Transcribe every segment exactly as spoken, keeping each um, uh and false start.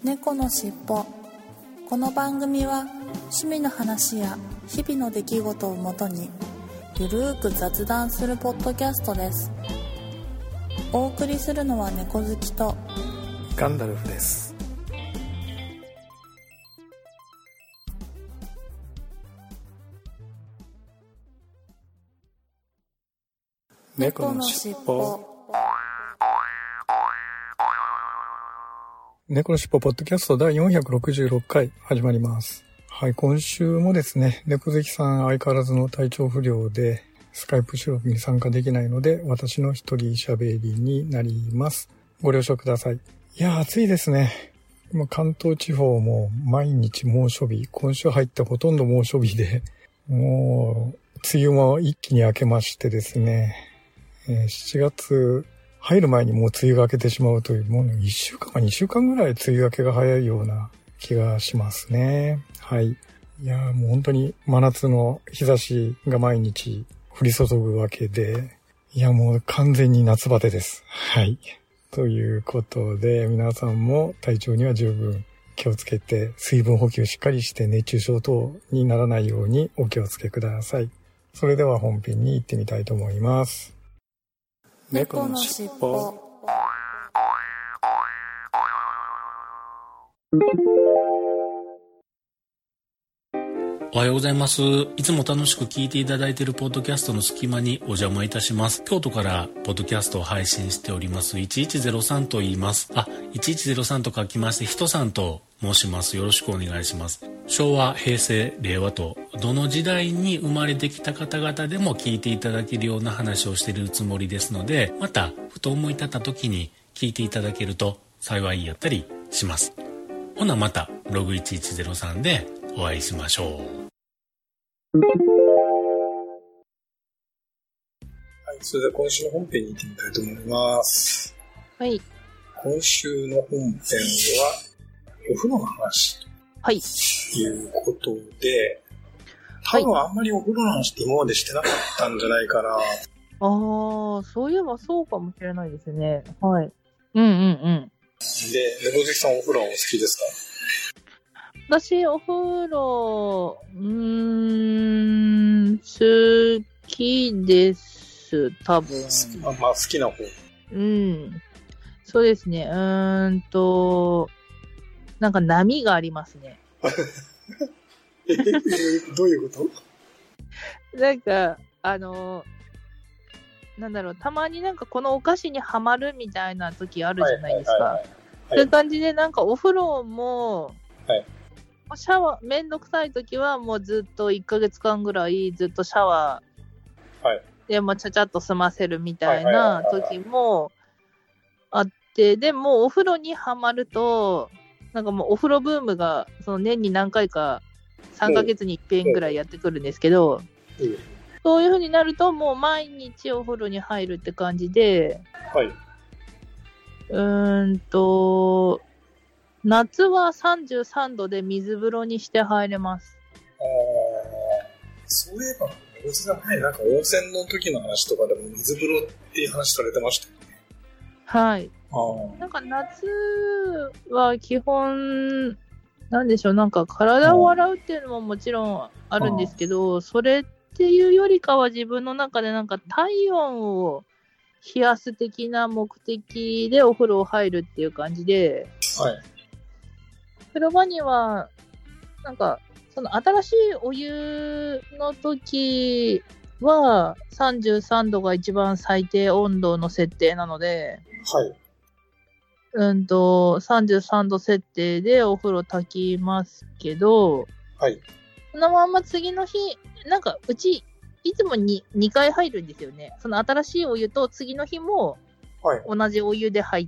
猫のしっぽ。この番組は趣味の話や日々の出来事をもとにゆるーく雑談するポッドキャストです。お送りするのは猫好きとガンダルフです。猫のしっぽ。猫のしっぽポッドキャストだいよんひゃくろくじゅうろっかい始まります。はい、今週もですね、猫好きさん相変わらずの体調不良でスカイプ収録に参加できないので、私の一人喋りになります。ご了承ください。いやー、暑いですね。今関東地方も毎日猛暑日、今週入ってほとんど猛暑日で、もう梅雨も一気に明けましてですね、えー、しちがつ入る前にもう梅雨が明けてしまうという、もういっしゅうかんかにしゅうかんぐらい梅雨明けが早いような気がしますね。はい。いやー、もう本当に真夏の日差しが毎日降り注ぐわけで、いやもう完全に夏バテです。はい。ということで、皆さんも体調には十分気をつけて、水分補給しっかりして熱中症等にならないようにお気をつけください。それでは本編に行ってみたいと思います。 猫のしっぽ。 おはようございます。いつも楽しく聞いていただいているポッドキャストの隙間にお邪魔いたします。京都からポッドキャストを配信しておりますいちいちゼロさんと言います。あ、いちいちゼロさんと書きましてひとさんと申します。よろしくお願いします。昭和、平成、令和とどの時代に生まれてきた方々でも聞いていただけるような話をしているつもりですので、またふと思い立った時に聞いていただけると幸いやったりします。ほなまたログいちいちゼロさんでお会いしましょう。 はい、それでは今週の本編に行ってみたいと思います。 はい。 今週の本編はお風呂の話はい。 ということで、多分あんまりお風呂の話って今までしてなかったんじゃないかな。あああ、そういえばそうかもしれないですね。はい。うんうんうん。 で、猫好きさんお風呂はお好きですか？ 私、お風呂、うーん、好きです、多分。 まあ、まあ、好きな方。 うん。そうですね。うーんと、なんか波がありますね。 え、どういうことなんか、あの、なんだろう、たまになんかこのお菓子にはまるみたいな時あるじゃないですか。そういう感じで、なんかお風呂も、 はい、 シャワー、めんどくさい時はもうずっといっかげつかんぐらいずっとシャワーでもちゃちゃっと済ませるみたいな時もあって、でもお風呂にはまると、なんかもうお風呂ブームがその年に何回かさんかげつにいっぺんぐらいやってくるんですけど、 うんうん、 そういう風になるともう毎日お風呂に入るって感じで、 はい、 うーんと、夏はさんじゅうさんどで水風呂にして入れます。 ああ、そういえば、おじさん前なんか温泉の時の話とかでも水風呂っていう話されてましたよね。 はい。 あ、 なんか夏は基本、なんでしょう、なんか体を洗うっていうのももちろんあるんですけど、それっていうよりかは自分の中でなんか体温を冷やす的な目的でお風呂を入るっていう感じで、 はい。 風呂場には、なんか、その新しいお湯の時はさんじゅうさんどが一番最低温度の設定なので、 はい。 うんと、さんじゅうさんど設定でお風呂炊きますけど、 はい。 そのまま次の日、なんかうち、いつもににかい入るんですよね。その新しいお湯と次の日も同じお湯で入って、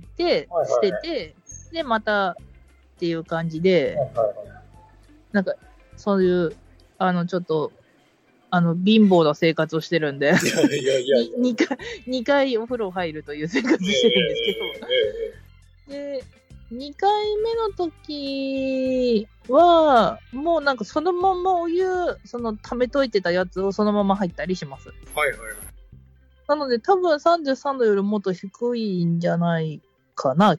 捨てて、で、また、っていう感じで、はいはいはい、なんかそういうあのちょっとあの貧乏な生活をしてるんで、いやいやいやいやにかい、にかいお風呂入るという生活してるんですけど、えーえー、でにかいめの時はもうなんかそのままお湯その溜めといてたやつをそのまま入ったりします。 はいはいはい。 なので多分さんじゅうさんどよりもっと低いんじゃないかな、きっ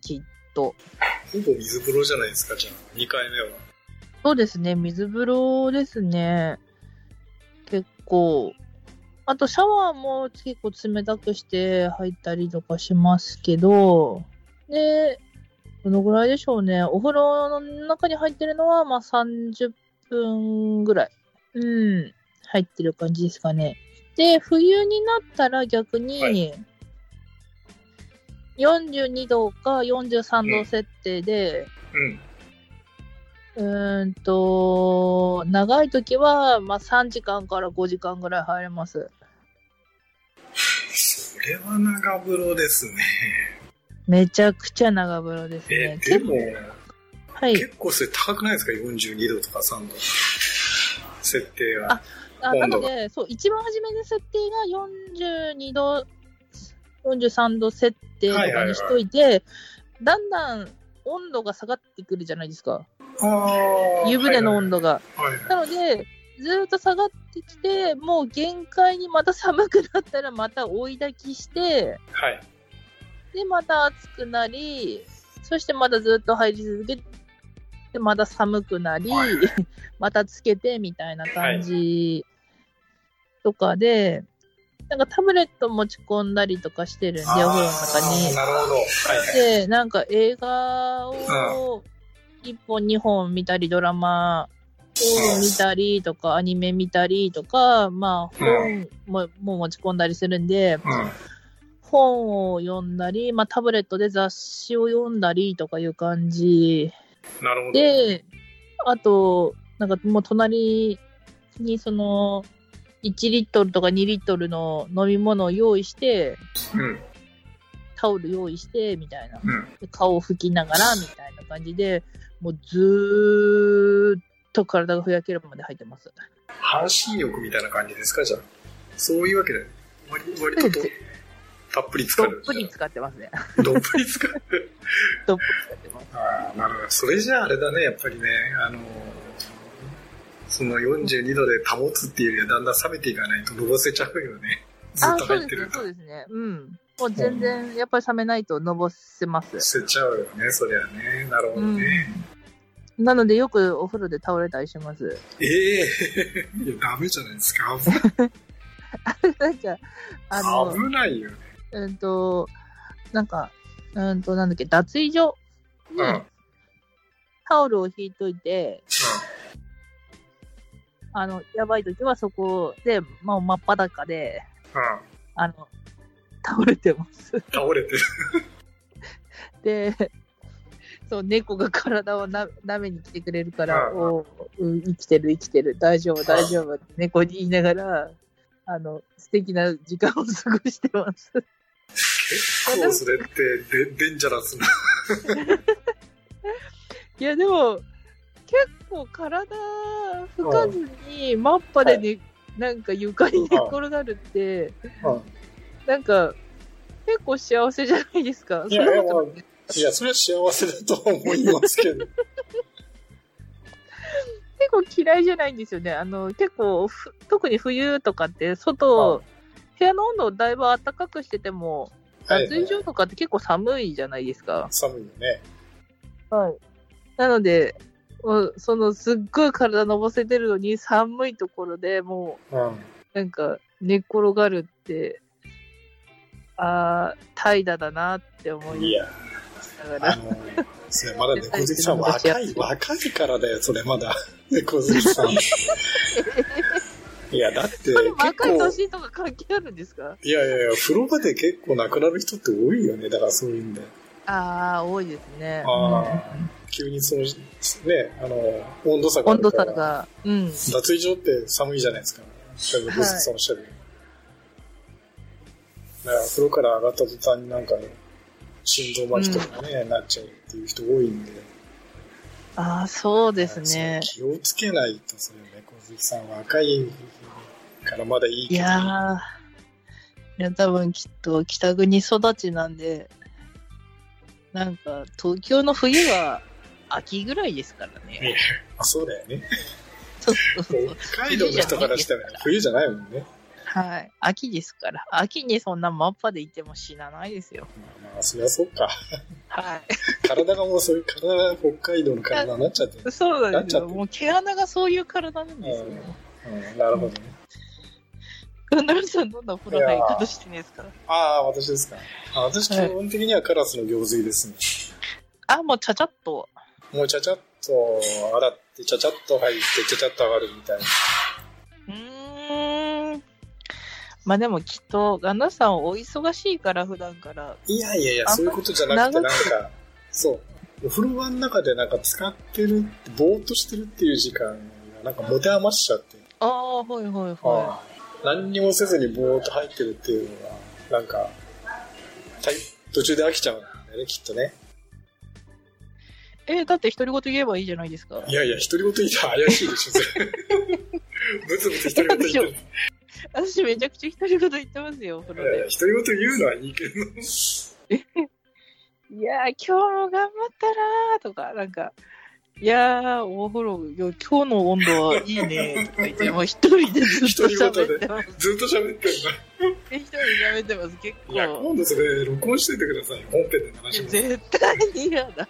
と。 ほぼ水風呂じゃないですか、じゃあ、にかいめは。 そうですね、水風呂ですね。結構。あと、シャワーも結構冷たくして入ったりとかしますけど、で、どのぐらいでしょうね。お風呂の中に入ってるのは、まあさんじゅっぷんぐらい。うん。入ってる感じですかね。で、冬になったら逆に、はい、よんじゅうにどかよんじゅうさんど設定で、うん。うーんと、長い時は、まあさんじかんからごじかんぐらい入れます。 それは長風呂ですね。 めちゃくちゃ長風呂ですね。 え、でも、 はい、 結構それ高くないですか ?よんじゅうにどとかさんど。設定は。 あ、あなので、そう、一番初めの設定がよんじゅうにど、よんじゅうさんど設定とかにしといて、はいはいはい、だんだん温度が下がってくるじゃないですか。 あ湯船の温度が。 はいはいはい、 なので、ずっと下がってきて、もう限界にまた寒くなったらまた追い焚きして、 はい、 で、また暑くなり、そしてまたずっと入り続けて、また寒くなり、はい、またつけてみたいな感じとかで、なんかタブレット持ち込んだりとかしてるんで、お風呂の中に。 なるほど。はいはい、 で、なんか映画をいっぽんにほん見たり、ドラマを見たりとか、アニメ見たりとか、まあ本も、うん、も持ち込んだりするんで、うん、本を読んだり、まあタブレットで雑誌を読んだりとかいう感じ。 なるほど。 で、あと、なんかもう隣にその、いちリットルとかにリットルの飲み物を用意して、うん、タオル用意して、みたいな、うん。顔を拭きながら、みたいな感じで、もうずーっと体がふやけるまで入ってます。 半身浴みたいな感じですか、じゃあ。そういうわけで、割, 割ととたっぷり使う。 どっぷり使ってますね。 どっぷり使う。 どっぷり使ってます。 ああ、なるほど。それじゃああれだね、やっぱりね、あの、そのよんじゅうにどで保つっていうよりはだんだん冷めていかないとのぼせちゃうよね。ずっと入ってると。 そうですね、そうですね。うん。もう全然、やっぱり冷めないとのぼせます。 せちゃうよね、そりゃね。なるほどね。 うん、なのでよくお風呂で倒れたりします。 ええー、いや、ダメじゃないですか。 なんか、あの、 危ないよね。 うんと、なんか、うんと、なんだっけ、脱衣所に、うん、タオルを引いといて、うん、あの、やばいときはそこで、まあ、真っ裸で、うん、あの、倒れてます。 倒れてる。 で、そう、猫が体をな舐めに来てくれるから、うん、おうん、生きてる生きてる、大丈夫大丈夫って猫に言いながら、あの、素敵な時間を過ごしてます。 結構それってデ、デンジャラスな。 いや、でも、結構体拭かずに、マッパでね、なんか床に寝転がるって、なんか、結構幸せじゃないですか。 いや、いや、まあ、いやそれは幸せだと思いますけど。 結構嫌いじゃないんですよね。あの、結構、特に冬とかって、外、部屋の温度をだいぶ暖かくしてても、脱衣所とかって結構寒いじゃないですか。 寒いよね。 はい。なので、そのすっごい体のぼせてるのに寒いところでもう、うん、なんか寝っ転がるって、ああ、怠惰だなって思いながら。 あのー、それまだ猫好きさん若い、若いからだよ、それまだ。猫好きさん。いや、だって結構。 若い年とか関係あるんですか？ いやいやいや、風呂場で結構亡くなる人って多いよね、だからそういうんで。 ああ、多いですね。 ああ、うん、急にその、ね、あの、温度差があるから。 温度差が。うん。 脱衣所って寒いじゃないですか。猫好きさんおっしゃるように。だから風呂から上がった途端になんかね、心臓麻痺とかね、うん、なっちゃうっていう人多いんで。 ああ、そうですね。 気をつけないと、それ猫好きさん若いからまだいいけど。 いやー、いや多分きっと北国育ちなんで、なんか東京の冬は秋ぐらいですからね。 あ、そうだよね。 そうそうそう。 北海道の人からしたら冬じゃないもんね。 はい。秋ですから。秋にそんなマッパでいても死なないですよ。 まあ、まあ、そりゃそうか。 はい。 体がもうそういう体が北海道の体になっちゃってる。 そうなんですよ。もう毛穴がそういう体なんですよ。 うん、うん、なるほどね。 ガンダルさんどんなお風呂入り方してるんですか？ ああ、私ですか。あ、私基本的にはカラスの行水ですね。 はい、あ、もうちゃちゃっと。 もうちゃちゃっと洗って、ちゃちゃっと入って、ちゃちゃっと上がるみたいな。 うーん。まあでもきっと、ガンダルさんお忙しいから普段から。 いやいやいや、そういうことじゃなくて、なんか、そう。お風呂場の中でなんか使ってる、ぼーっとしてるっていう時間がなんか持て余しちゃって。 ああ、はいはいはい。あ何にもせずにぼーっと入ってるっていうのが、なんか、途中で飽きちゃうんだよね、きっとね。 えー、だって独り言言えばいいじゃないですか。 いやいや、独り言言ったら怪しいでしょ、それ。ブツブツ独り言言ってる。 私めちゃくちゃ独り言言ってますよ、お風呂で。 いやいや、独り言言うのはいいけど。 いやー、今日も頑張ったらーとか、なんか、いやー、お風呂、今日の温度はいいねとか言って、もう一人でずっと喋ってます。 ずっと喋ってるんだ。 一人で喋ってます、結構。 いや、今度それ、録音しててください。本編で流します。 絶対に嫌だ。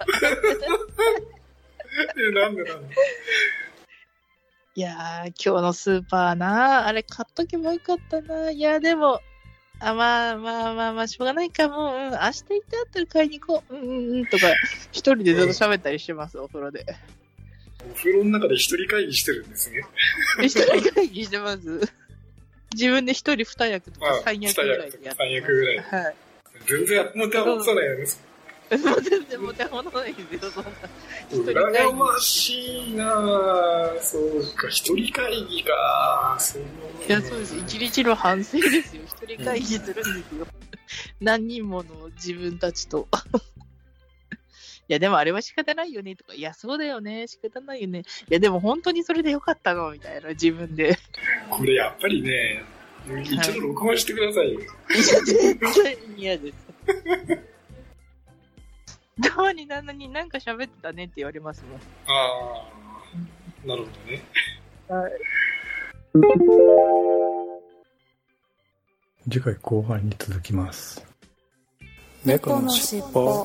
え、なんでなんでいやー、今日のスーパーなー、あれ買っとけばよかったなー。いや、でも、あ、まあまあまあまあ、しょうがないかも。うん、明日行ってあったら買いに行こう。うんうんうん、とか、一人でずっと喋ったりしてます、お風呂で。 お風呂の中で一人会議してるんですね。 一人会議してます。自分で一人二役とか三役ぐらいでやってます。 三役ぐらい。 はい。 全然持て余さないやつ。 もう全然持て余さないんですよ、そんな。 羨ましいなぁ。そうか、一人会議か。そういや、そうです。一日の反省ですよ。一人会議するんですよ。うん、何人もの自分たちと。いや、でもあれは仕方ないよね、とか。いや、そうだよね、仕方ないよね。いや、でも本当にそれでよかったのみたいな、自分で。 これやっぱりね、一度録音してくださいよ。いや、絶対に嫌です。たまに旦那になんか喋ってたねって言われますもん。 ああ、なるほどね。 はい。 次回後半に続きます。 猫のしっぽ。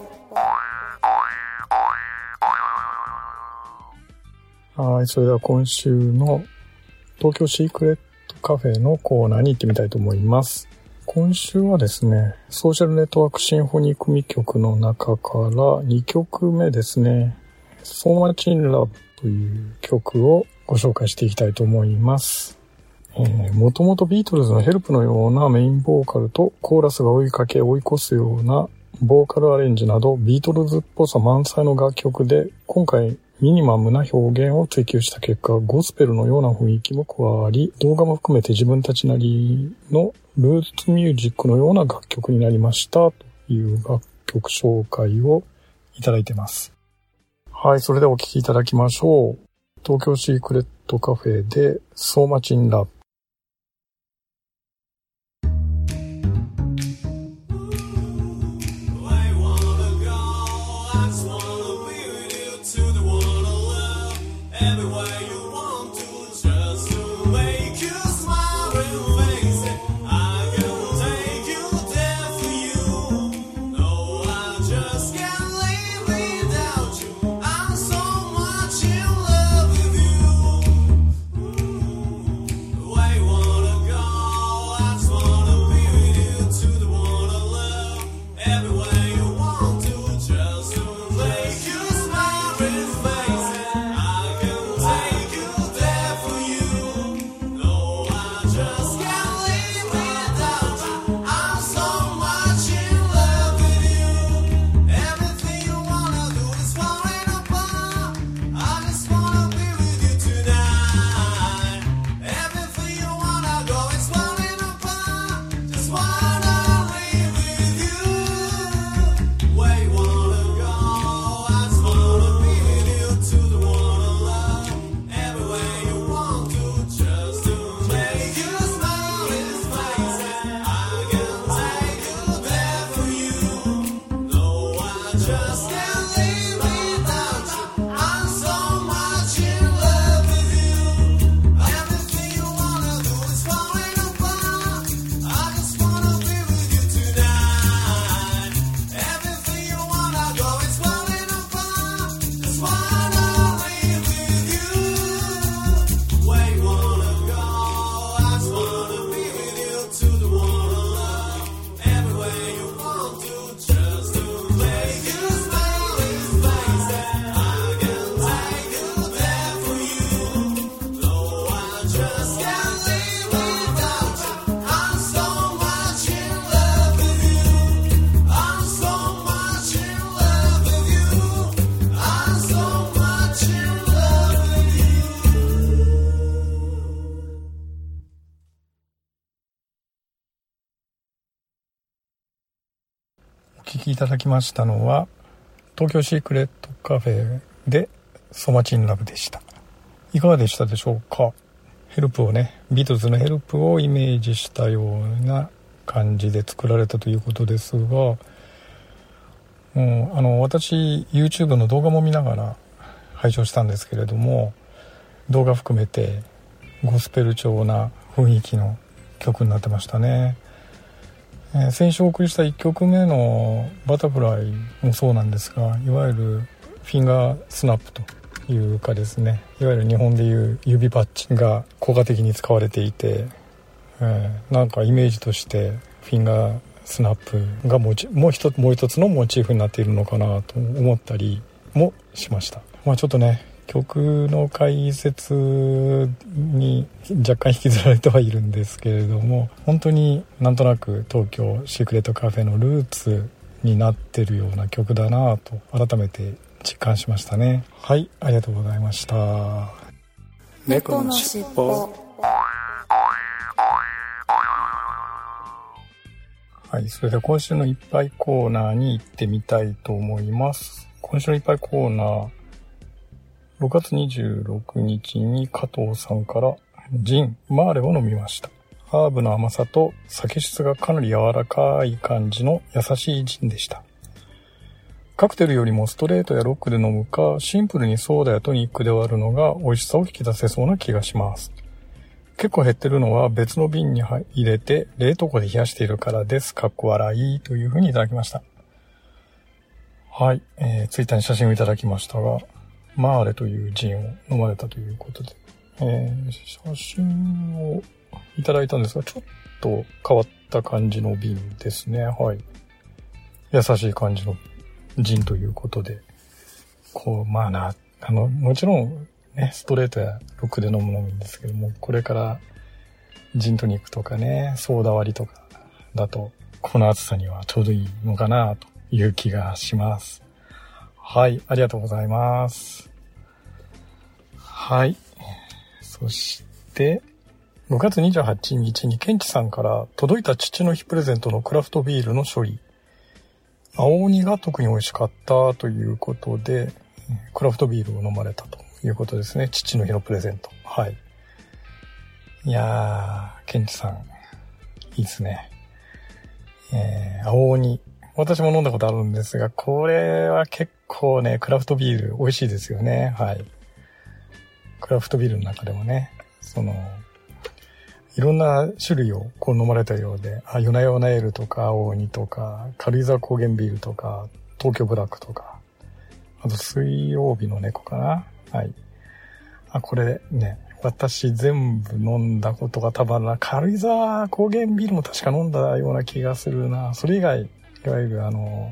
はい、それでは今週の東京シークレットカフェのコーナーに行ってみたいと思います。今週はですね、ソーシャルネットワークシンフォニー組曲の中からにきょくめですね、So Much in Love という曲をご紹介していきたいと思います。えー、もともとビートルズのヘルプのようなメインボーカルとコーラスが追いかけ追い越すようなボーカルアレンジなどビートルズっぽさ満載の楽曲で、今回ミニマムな表現を追求した結果、ゴスペルのような雰囲気も加わり、動画も含めて自分たちなりのルーツミュージックのような楽曲になりましたという楽曲紹介をいただいてます。はい、それではお聴きいただきましょう。東京シークレットカフェで So Much in Love。 Why きいただきましたのは東京シークレットカフェでSo Much in Loveでした。いかがでしたでしょうか。ヘルプをね、ビートルズのヘルプをイメージしたような感じで作られたということですが、もうあの私 YouTube の動画も見ながら拝聴したんですけれども、動画含めてゴスペル調な雰囲気の曲になってましたね。えー、先週お送りしたいっきょくめのバタフライもそうなんですが、いわゆるフィンガースナップというかですね、いわゆる日本でいう指パッチが効果的に使われていて、えー、なんかイメージとしてフィンガースナップがもちもう一つもう一つのモチーフになっているのかなと思ったりもしました。まあちょっとね、曲の解説に若干引きずられてはいるんですけれども、本当になんとなく東京シークレットカフェのルーツになってるような曲だなと改めて実感しましたね。はい、ありがとうございました。 猫のしっぽ。 はい、それでは今週のいっぱいコーナーに行ってみたいと思います。今週のいっぱいコーナー、ろくがつにじゅうろくにちに加藤さんからジンマーレを飲みました。ハーブの甘さと酒質がかなり柔らかい感じの優しいジンでした。カクテルよりもストレートやロックで飲むか、シンプルにソーダやトニックで割るのが美味しさを引き出せそうな気がします。結構減ってるのは別の瓶に入れて冷凍庫で冷やしているからです。かっこ笑いというふうにいただきました。はい、えー、ツイッターに写真をいただきましたが、マーレというジンを飲まれたということで、えー、写真をいただいたんですが、ちょっと変わった感じの瓶ですね。はい。優しい感じのジンということで、こう、まあな、あの、もちろんね、ストレートやロックで飲むのもいいんですけども、これからジントニックとかね、ソーダ割りとかだと、この暑さにはちょうどいいのかなという気がします。はい、ありがとうございます。はい。そして、ごがつにじゅうはちにちにケンチさんから届いた父の日プレゼントのクラフトビールの処理。青鬼が特に美味しかったということで、クラフトビールを飲まれたということですね。父の日のプレゼント。はい。いやー、ケンチさん、いいですね。えー、青鬼。私も飲んだことあるんですが、これは結構ね、クラフトビール美味しいですよね。はい。クラフトビールの中でもね、その、いろんな種類をこう飲まれたようで、あ、夜な夜なエールとか、青鬼とか、軽井沢高原ビールとか、東京ブラックとか、あと水曜日の猫かな。はい。あ、これね、私全部飲んだことが多分な、軽井沢高原ビールも確か飲んだような気がするな。それ以外、いわゆるあの、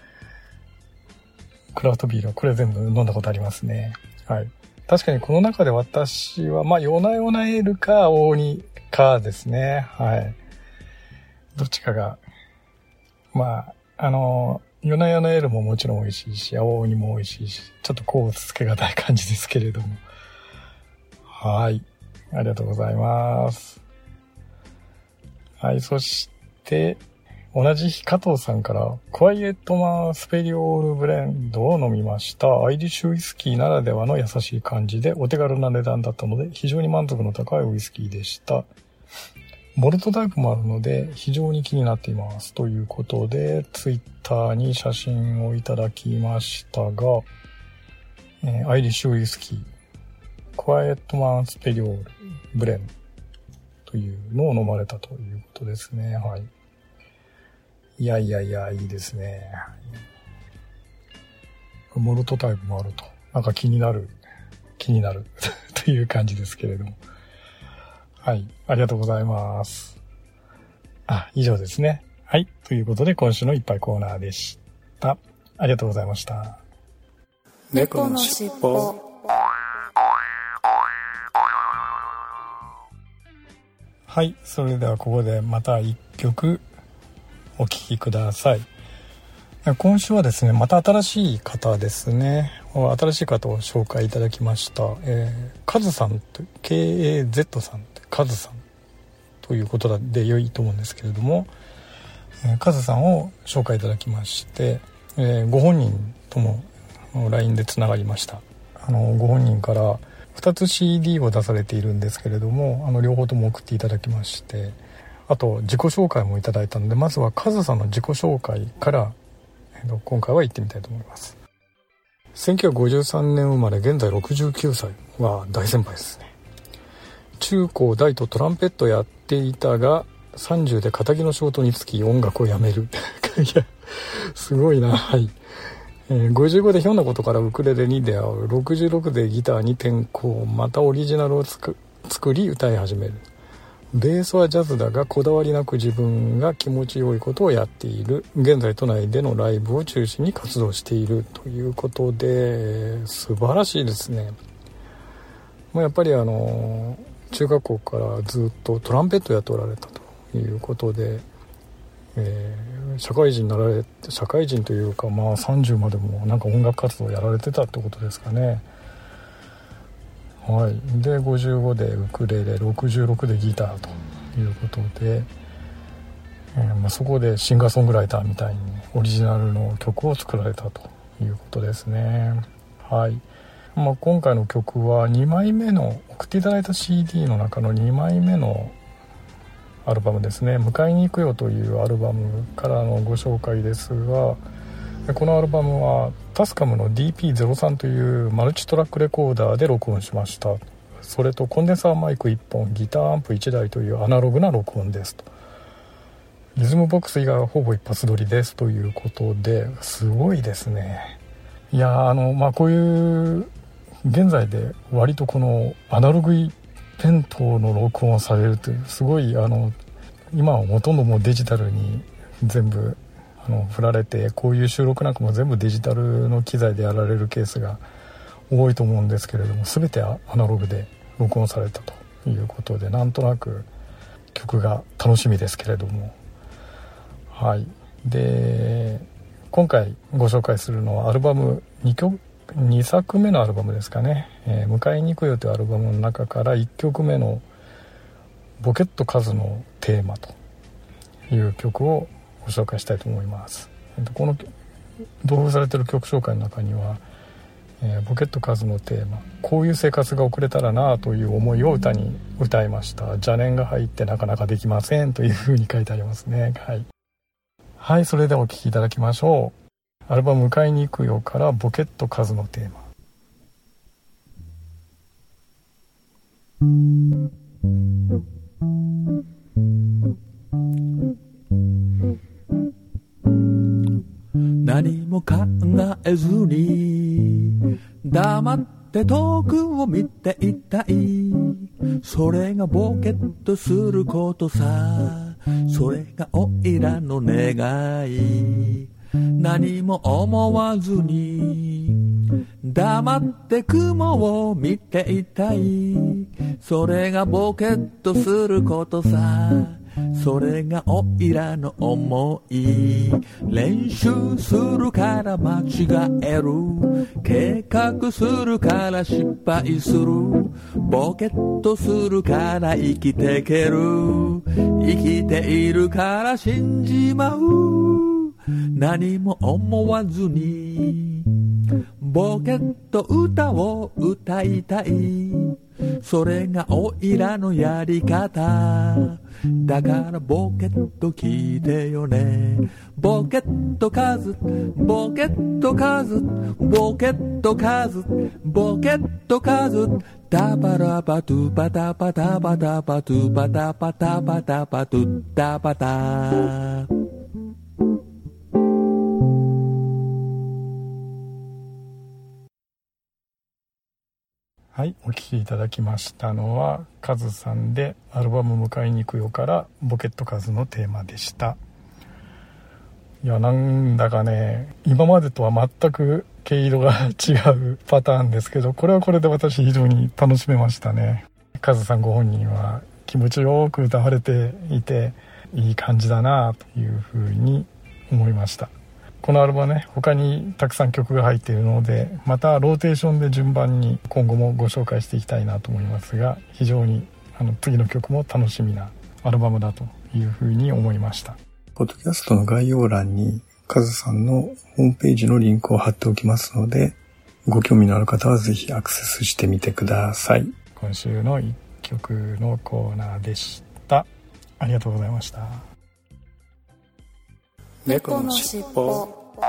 クラフトビールはこれ全部飲んだことありますね。はい。確かにこの中で私は、まあ、夜な夜なエールか、青鬼かですね。はい。どっちかが、まあ、あの、夜な夜なエールももちろん美味しいし、青鬼も美味しいし、ちょっとこうつけがたい感じですけれども。はい。ありがとうございます。はい。そして、同じ日加藤さんからクワイエットマンスペリオールブレンドを飲みました。アイリッシュウイスキーならではの優しい感じでお手軽な値段だったので非常に満足の高いウイスキーでした。ボルトタイプもあるので非常に気になっています。ということでツイッターに写真をいただきましたが、えー、アイリッシュウイスキークワイエットマンスペリオールブレンドというのを飲まれたということですね。はい。いやいやいや、いいですね。モルトタイプもあると。なんか気になる、気になるという感じですけれども。はい。ありがとうございます。あ、以上ですね。はい。ということで、今週のいっぱいコーナーでした。ありがとうございました。 猫のしっぽ。 はい。それではここでまた一曲お聴きください。今週はですね、また新しい方ですね。新しい方を紹介いただきました。えー、カズさんと、ケーエーゼット さん、カズさんということで良いと思うんですけれども、 えー、カズさんを紹介いただきまして、えー、ご本人とも ライン でつながりました。あのご本人からふたつ シーディー を出されているんですけれども、あの両方とも送っていただきまして、あと自己紹介もいただいたので、まずはカズさんの自己紹介から、えー、今回は行ってみたいと思います。せんきゅうひゃくごじゅうさんねん生まれ、現在ろくじゅうきゅうさいは大先輩ですね。中高大とトランペットやっていたが、さんじゅうで仇の仕事に就き音楽をやめるいやすごいな。はい、えー、ごじゅうごでひょんなことからウクレレに出会う。ろくじゅうろくでギターに転向、またオリジナルをつく作り歌い始める。ベースはジャズだがこだわりなく自分が気持ちよいことをやっている。現在都内でのライブを中心に活動しているということで、素晴らしいですね。もうやっぱりあの中学校からずっとトランペットやっておられたということで、えー、社会人になられて、社会人というか、まあさんじゅうまでもなんか音楽活動をやられてたってことですかね。はい、でごじゅうごでウクレレ、ろくじゅうろくでギターということで、えーまあ、そこでシンガーソングライターみたいにオリジナルの曲を作られたということですね。はい、まあ、今回の曲はにまいめの、送っていただいた シーディー の中のにまいめのアルバムですね、迎えに行くよというアルバムからのご紹介ですが、このアルバムはタスカムの ディーピーゼロさん というマルチトラックレコーダーで録音しました。それとコンデンサーマイクいっぽん、ギターアンプいちだいというアナログな録音ですと。リズムボックス以外はほぼ一発撮りですということで、すごいですね。いやあのまあこういう現在で割とこのアナログペン等の録音をされるという、すごいあの今はほとんどもうデジタルに全部あの振られて、こういう収録なんかも全部デジタルの機材でやられるケースが多いと思うんですけれども、全てアナログで録音されたということで、なんとなく曲が楽しみですけれども、はい。で今回ご紹介するのはアルバムにきょくにさくめのアルバムですかね、えー、迎えに行くよというアルバムの中からいっきょくめのボケットカズのテーマという曲をご紹介したいと思います。この同封されている曲紹介の中には、えー、ボケットカズのテーマ、こういう生活が送れたらなという思いを歌に歌いました。邪念が入ってなかなかできませんというふうに書いてありますね。はい、はい、それではお聴きいただきましょう。アルバム迎えに行くよからボケットカズのテーマ。 何も考えずに黙って遠くを見ていたい。それがボケッとすることさ。それがおいらの願い。何も思わずに黙って雲を見ていたい。それがボケッとすることさ。それがおいらの思い。練習するから間違える。計画するから失敗する。ボケッとするから生きてける。生きているから死んじまう。何も思わずにボケット歌を歌いたい。それがおいらのやり方だからボケット聞いてよね。ボケットカズ、ボケットカズ、ボケットカズ、ボケットカズ、タバラバトゥパタパタパタパトゥパタパタパタパトゥタパタ。 はい、お聴きいただきましたのはカズさんでアルバム迎えに行くよからボケットカズのテーマでした。いや、なんだかね、今までとは全く毛色が違うパターンですけど、これはこれで私非常に楽しめましたね。カズさんご本人は気持ちよく歌われていていい感じだなというふうに思いました。このアルバムね、他にたくさん曲が入っているので、またローテーションで順番に今後もご紹介していきたいなと思いますが、非常にあの次の曲も楽しみなアルバムだというふうに思いました。 ポッドキャストの概要欄にカズさんのホームページのリンクを貼っておきますので、ご興味のある方はぜひアクセスしてみてください。今週の一曲のコーナーでした。ありがとうございました。 猫のしっぽ。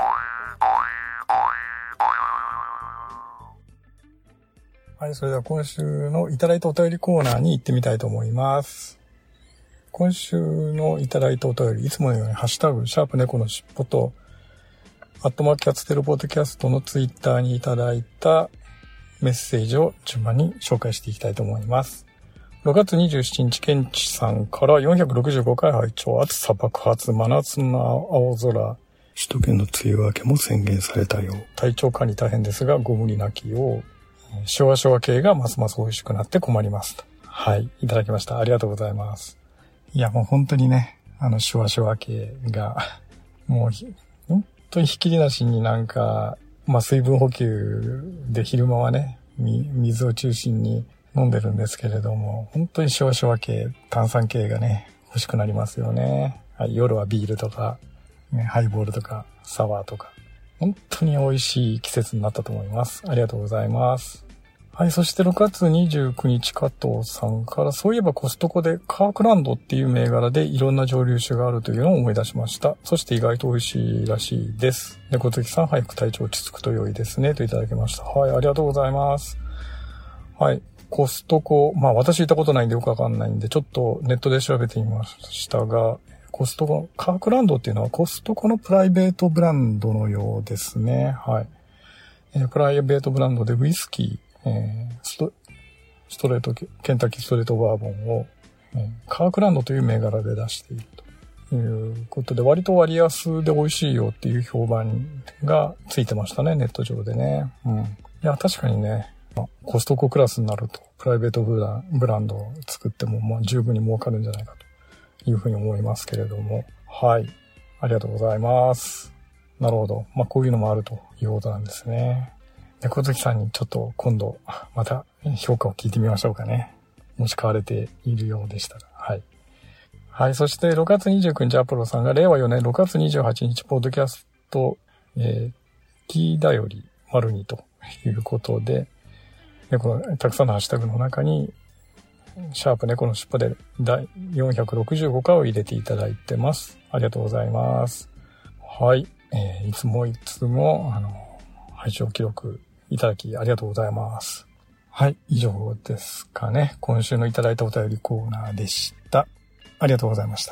はい、それでは今週のいただいたお便りコーナーに行ってみたいと思います。今週のいただいたお便り、いつものようにハッシュタグ、シャープ猫のしっぽと、アットマークキャッツテルポッドキャストのツイッターにいただいたメッセージを順番に紹介していきたいと思います。ろくがつにじゅうしちにち、ケンチさんからよんひゃくろくじゅうごかい拝聴、暑さ爆発、真夏の青空、首都圏の梅雨明けも宣言されたよう。体調管理大変ですが、ご無理なきよう。シュワシュワ系がますます美味しくなって困りますと。はい、いただきました。ありがとうございます。いや、もう本当にね、あの、シュワシュワ系が、もう、本当にひっきりなしになんか、まあ、水分補給で昼間はね、水を中心に飲んでるんですけれども、本当にシュワシュワ系、炭酸系がね、欲しくなりますよね。はい、夜はビールとか、ね、ハイボールとか、サワーとか。本当に美味しい季節になったと思います。ありがとうございます。はい、そしてろくがつにじゅうくにち加藤さんから、そういえばコストコでカークランドっていう銘柄でいろんな蒸留酒があるというのを思い出しました。そして意外と美味しいらしいです。猫好きさん、早く体調落ち着くと良いですね、といただきました。はい、ありがとうございます。はい、コストコ、まあ私行ったことないんでよくわかんないんで、ちょっとネットで調べてみましたが、コストコ、カークランドっていうのはコストコのプライベートブランドのようですね。はい。えー、プライベートブランドでウイスキー、えー、スト、ストレート、ケンタッキーストレートバーボンを、えー、カークランドという銘柄で出しているということで、割と割安で美味しいよっていう評判がついてましたね、ネット上でね。うん。いや、確かにね、まあ、コストコクラスになると、プライベートブラ、ブランドを作っても、まあ、十分に儲かるんじゃないかと。いうふうに思いますけれども。はい。ありがとうございます。なるほど。まあ、こういうのもあるということなんですね。猫好きさんにちょっと今度、また評価を聞いてみましょうかね。もし買われているようでしたら。はい。はい。そして、ろくがつにじゅうくにち、アポロさんが、れいわよねんろくがつにじゅうはちにち、ポッドキャスト、えー、T だより丸にということで、でこのたくさんのハッシュタグの中に、シャープ猫のしっぽで第よんひゃくろくじゅうごかいを入れていただいてます。ありがとうございます。はい。えー、いつもいつも、あの、拝聴記録いただきありがとうございます。はい。以上ですかね。今週のいただいたお便りコーナーでした。ありがとうございました。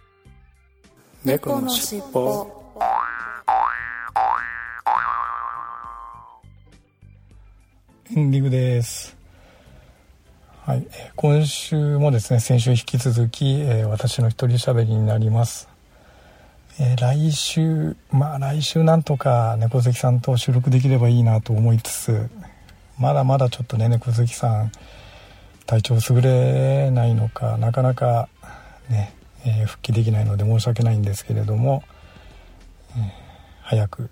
猫のしっぽ。 エンディングです。はい、今週もですね、先週引き続き、えー、私の一人喋りになります。えー、来週、まあ来週なんとか猫好きさんと収録できればいいなと思いつつ、まだまだちょっとね、猫好きさん体調優れないのか、なかなかね、えー、復帰できないので申し訳ないんですけれども、えー、早く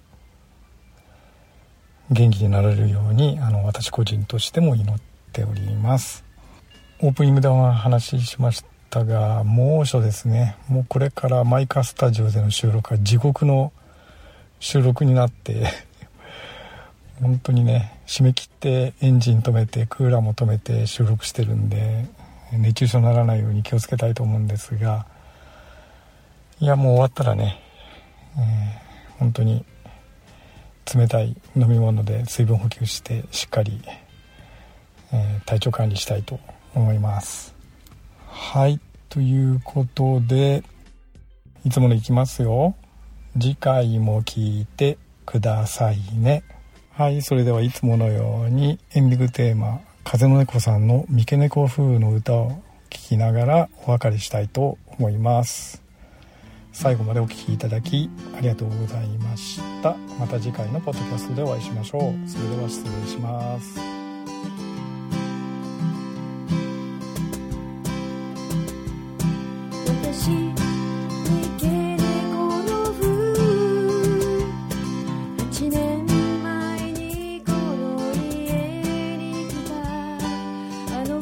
元気になれるように、あの私個人としても祈っております。オープニングでお話ししましたが、猛暑ですね。もうこれからマイカスタジオでの収録は地獄の収録になって本当にね、締め切ってエンジン止めてクーラーも止めて収録してるんで、熱中症にならないように気をつけたいと思うんですが、いやもう終わったらね、えー、本当に冷たい飲み物で水分補給してしっかり、えー、体調管理したいと思います。はい、ということでいつものいきますよ。次回も聞いてくださいね。はい、それではいつものようにエンディングテーマ、風の猫さんの三毛猫風の歌を聴きながらお別れしたいと思います。最後までお聴きいただきありがとうございました。また次回のポッドキャストでお会いしましょう。それでは失礼します。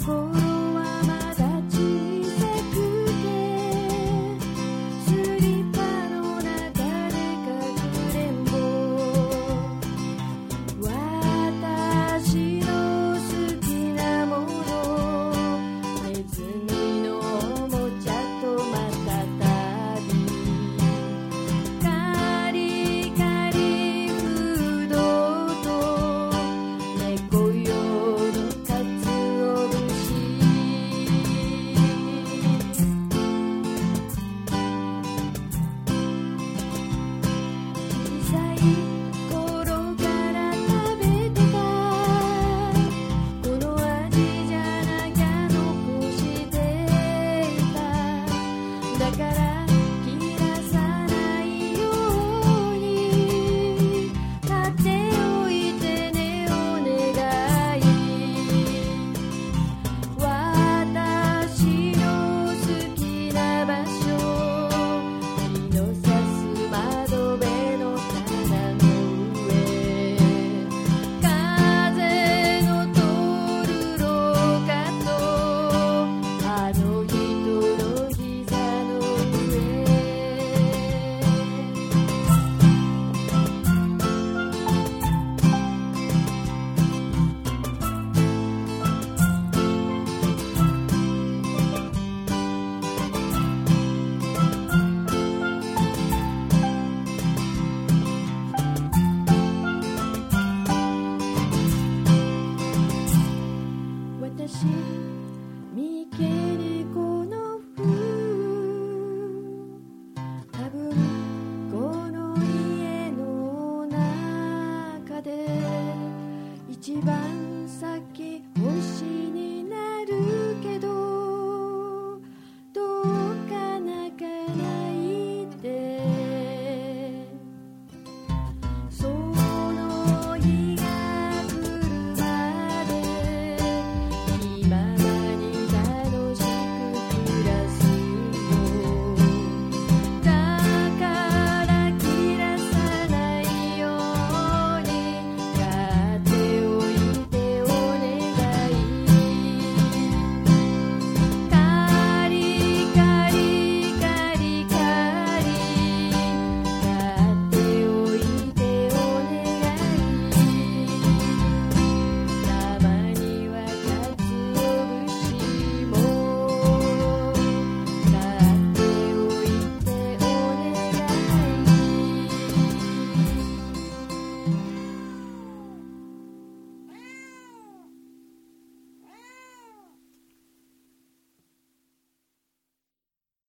sleep 一番